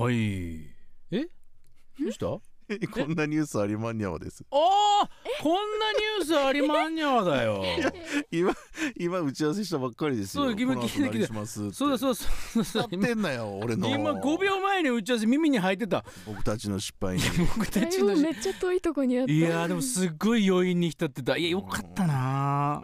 はい。どうした？ こんなニュースありまんにゃわです。 ああ、こんなニュースありまんにゃわだよ。 今打ち合わせしたばっかりですよ。 そう、今聞いてきて。そうだ。 やってんなよ、俺の。 今5秒前に打ち合わせ耳に入ってた。 僕たちの失敗に。 僕たちのめっちゃ遠いとこにあった。 いやでもすっごい余韻に浸ってた。いやよかったな。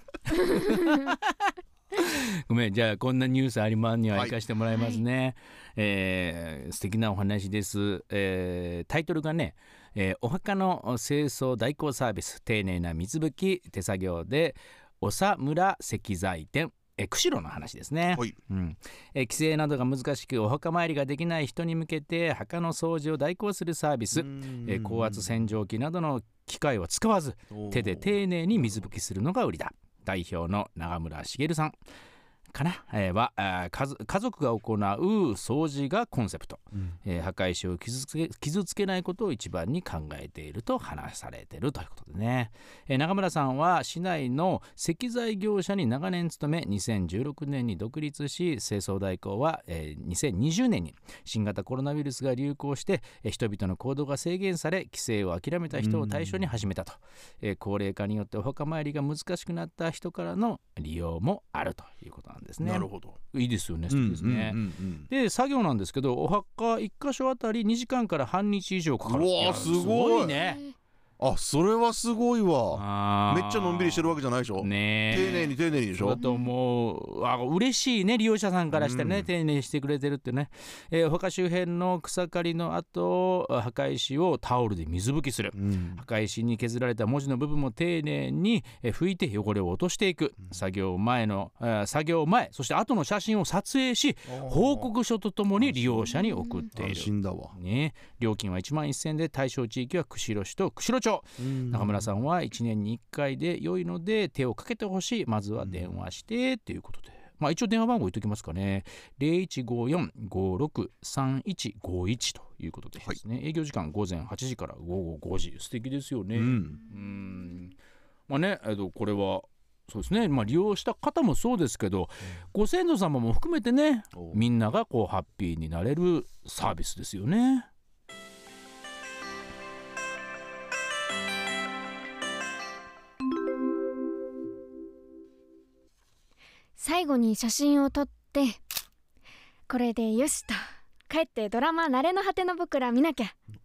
ごめん、じゃあこんなニュースありまんには行かしてもらいますね。素敵なお話です。タイトルがね、お墓の清掃代行サービス、丁寧な水拭き手作業で長村石材店、釧路の話ですね。帰省などが難しくお墓参りができない人に向けて墓の掃除を代行するサービス、高圧洗浄機などの機械を使わず手で丁寧に水拭きするのが売りだ。代表の長村茂さんかな、は家族が行う掃除がコンセプト、墓石を傷つけないことを一番に考えていると話されているということでね、長村さんは市内の石材業者に長年勤め2016年に独立し、清掃代行は、2020年に新型コロナウイルスが流行して、人々の行動が制限され帰省を諦めた人を対象に始めたと、高齢化によってお墓参りが難しくなった人からの利用もあるということなんですね。 なるほど。 いいですよね。素敵ですね。で作業なんですけど、お墓1箇所あたり2時間から半日以上かかる。 うわすごいね。 あ、それはすごいわ。めっちゃのんびりしてるわけじゃないでしょ。 ね、 丁寧にでしょ。 だともう嬉しいね、利用者さんからしてね、丁寧にしてくれてるってね。お墓周辺の草刈りの後、墓石をタオルで水拭きする、墓石に削られた文字の部分も丁寧に拭いて汚れを落としていく、作業前そして後の写真を撮影し報告書とともに利用者に送っている。 安心だわ、 ね、料金は1万1000円で、対象地域は釧路市と釧路町。中村さんは1年に1回で良いので手をかけてほしい、まずは電話してということで、一応電話番号言っときますかね。 0154-563151 ということでですね、営業時間午前8時から午後5時。素敵ですよね。これはそうですね、利用した方もそうですけど、ご先祖様も含めてね、みんながこうハッピーになれるサービスですよね。 最後に写真を撮って、これでよしと帰ってドラマ慣れの果ての僕ら見なきゃ。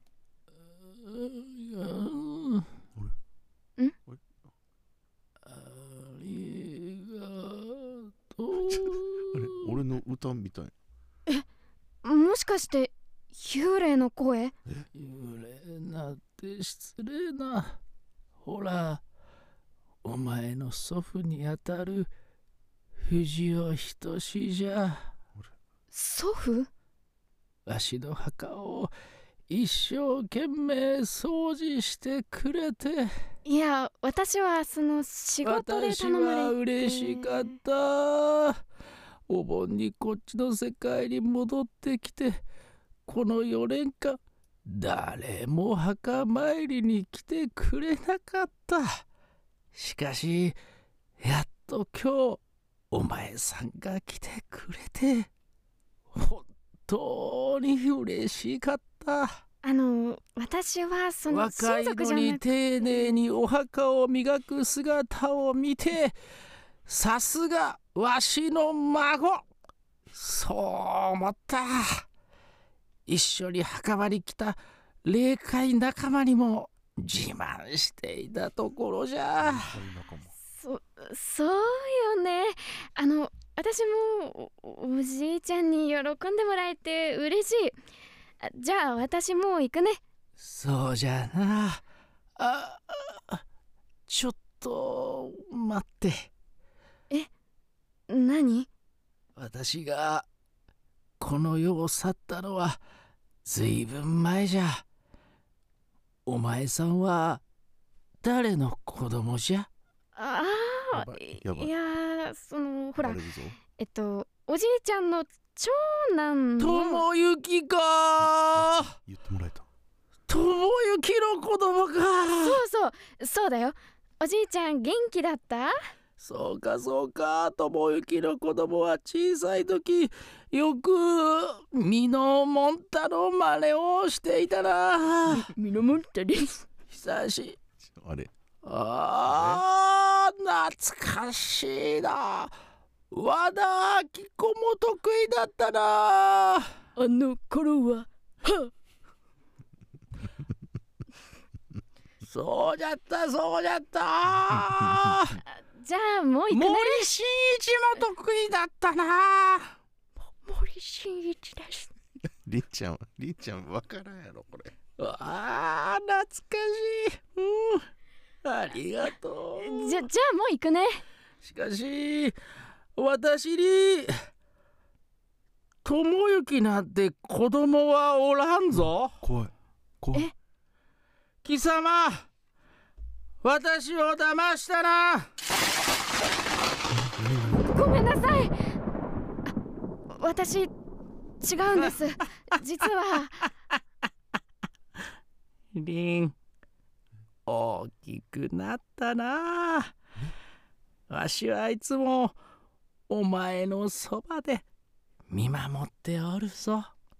ありがとう。 あれ、俺の歌みたい。 もしかして幽霊の声？ 幽霊なんて失礼な。ほら、お前の祖父にあたる藤尾仁じゃ。 祖父？ わしの墓を一生懸命掃除してくれて。 いや、私はその仕事で頼まれて。 私は嬉しかった。お盆にこっちの世界に戻ってきて、この4年間誰も墓参りに来てくれなかった。しかしやっと今日お前さんが来てくれて本当に嬉しかった。 私はその若いのに丁寧にお墓を磨く姿を見て、さすがわしの孫、そう思った。一緒に墓場に来た霊界仲間にも自慢していたところじゃ。 そうよね。私も おじいちゃんに喜んでもらえて嬉しい。じゃあ私もう行くね。 そうじゃな。ちょっと待って。 何？ 私がこの世を去ったのはずいぶん前じゃ。お前さんは誰の子供じゃ？ いや、ほら、おじいちゃんの長男の智之か。 言ってもらえた。 智之の子供か。 そうだよ。おじいちゃん元気だった？ そうか。智之の子供は小さい時よくミノモンタの真似をしていたな。 ミノモンタです。 久しあれ懐かしいな。和田アキ子も得意だったな。 あの頃はそうじゃったそうじゃったじゃあもう行くね。 森進一も得意だったな。 森進一です。 りんちゃんわからんやろこれ。 懐かしい、ありがとう。 じゃあもう行くね。 しかし私に智之なんて子供はおらんぞ。 怖い。 貴様、私を騙したな。 ごめんなさい。私違うんです。実はリン、大きくなったな。わしはいつもお前のそばで見守っておるぞ。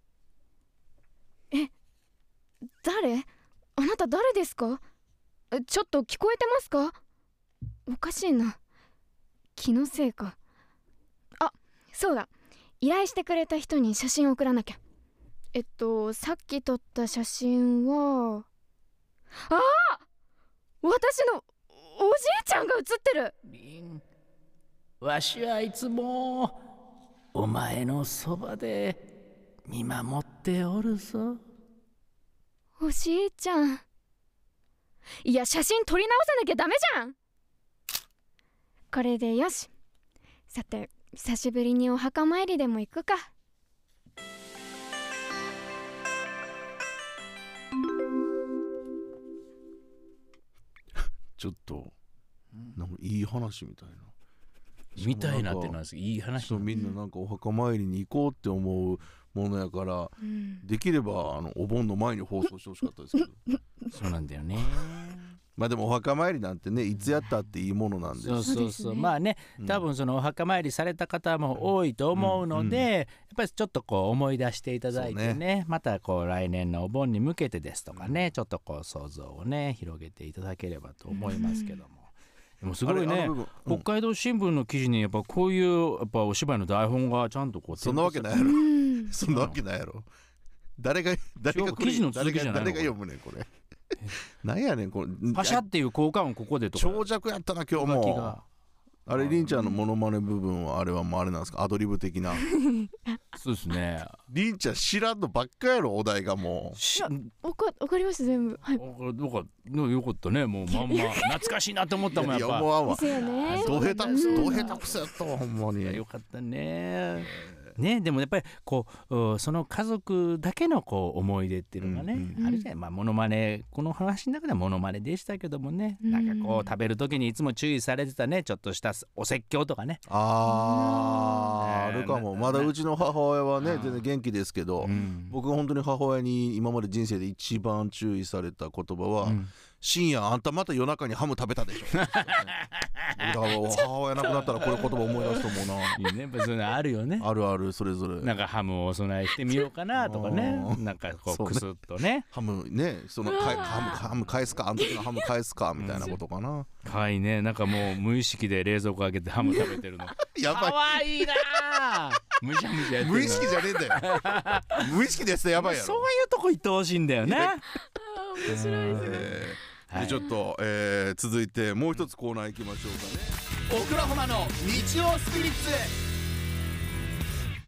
誰？あなた誰ですか？ちょっと聞こえてますか？おかしいな。気のせいか。あ、そうだ。依頼してくれた人に写真を送らなきゃ。さっき撮った写真は私のおじいちゃんが写ってる。 リン、わしはいつもお前のそばで見守っておるぞ。 おじいちゃん。いや、写真撮り直さなきゃダメじゃん。これでよし。さて、久しぶりにお墓参りでも行くか。 ちょっとなんかいい話みたいな。 みたいなってのはいい話。 そう、みんななんかお墓参りに行こうって思うものやから、できればお盆の前に放送してほしかったですけどそうなんだよね。 まあでもお墓参りなんてね、いつやったっていいものなんで。 そう、まあね、多分そのお墓参りされた方も多いと思うので、やっぱりちょっとこう思い出していただいてね、またこう来年のお盆に向けてですとかね、ちょっとこう想像をね広げていただければと思いますけども。でもすごいね、北海道新聞の記事にやっぱこういうやっぱお芝居の台本がちゃんとこうそんなわけないやろそんなわけないやろ。誰が記事の続きじゃないの？ 誰が読むねんこれなんやねんこれ。 パシャっていう効果音ここでとか。 長尺やったな今日も。あれりんちゃんのモノマネ部分はあれはもうあれなんですか、アドリブ的な。 そうですね。 りんちゃん知らんのばっかやろ、お題がもう。わかりました全部。はい。 よかったね、もうまんま懐かしいなと思ったもんやっぱ。 いや思わんわ。 ですよね。 ど下手くそやったわほんまに。 よかったね。ね、でもやっぱりこうその家族だけのこう思い出っていうのがね、あるじゃない。まあモノマネ、この話の中ではモノマネでしたけどもね、なんかこう食べる時にいつも注意されてたね、ちょっとしたお説教とかね。 あるかも。まだうちの母親はね全然元気ですけど、僕が本当に母親に今まで人生で一番注意された言葉は、深夜あんたまた夜中にハム食べたでしょだから母親亡くなったらこれ言葉思い出すと思うな。 いいね、やっぱそういうのあるよね。 あるある、それぞれ。 なんかハムをお供えしてみようかなとかねなんかこうクスッとね、 ハムね、そのハム返すか、あの時のハム返すかみたいなことかな。 かわいいね。なんかもう無意識で冷蔵庫開けてハム食べてるのやばい、 かわいいなむしゃむしゃやってるの。 無意識じゃねえんだよ無意識ですね、やばいやろ。 そういうとこ行ってほしいんだよね。 面白いですでちょっと、続いてもう一つコーナー行きましょうかね。 オクラホマの日曜スピリッツ。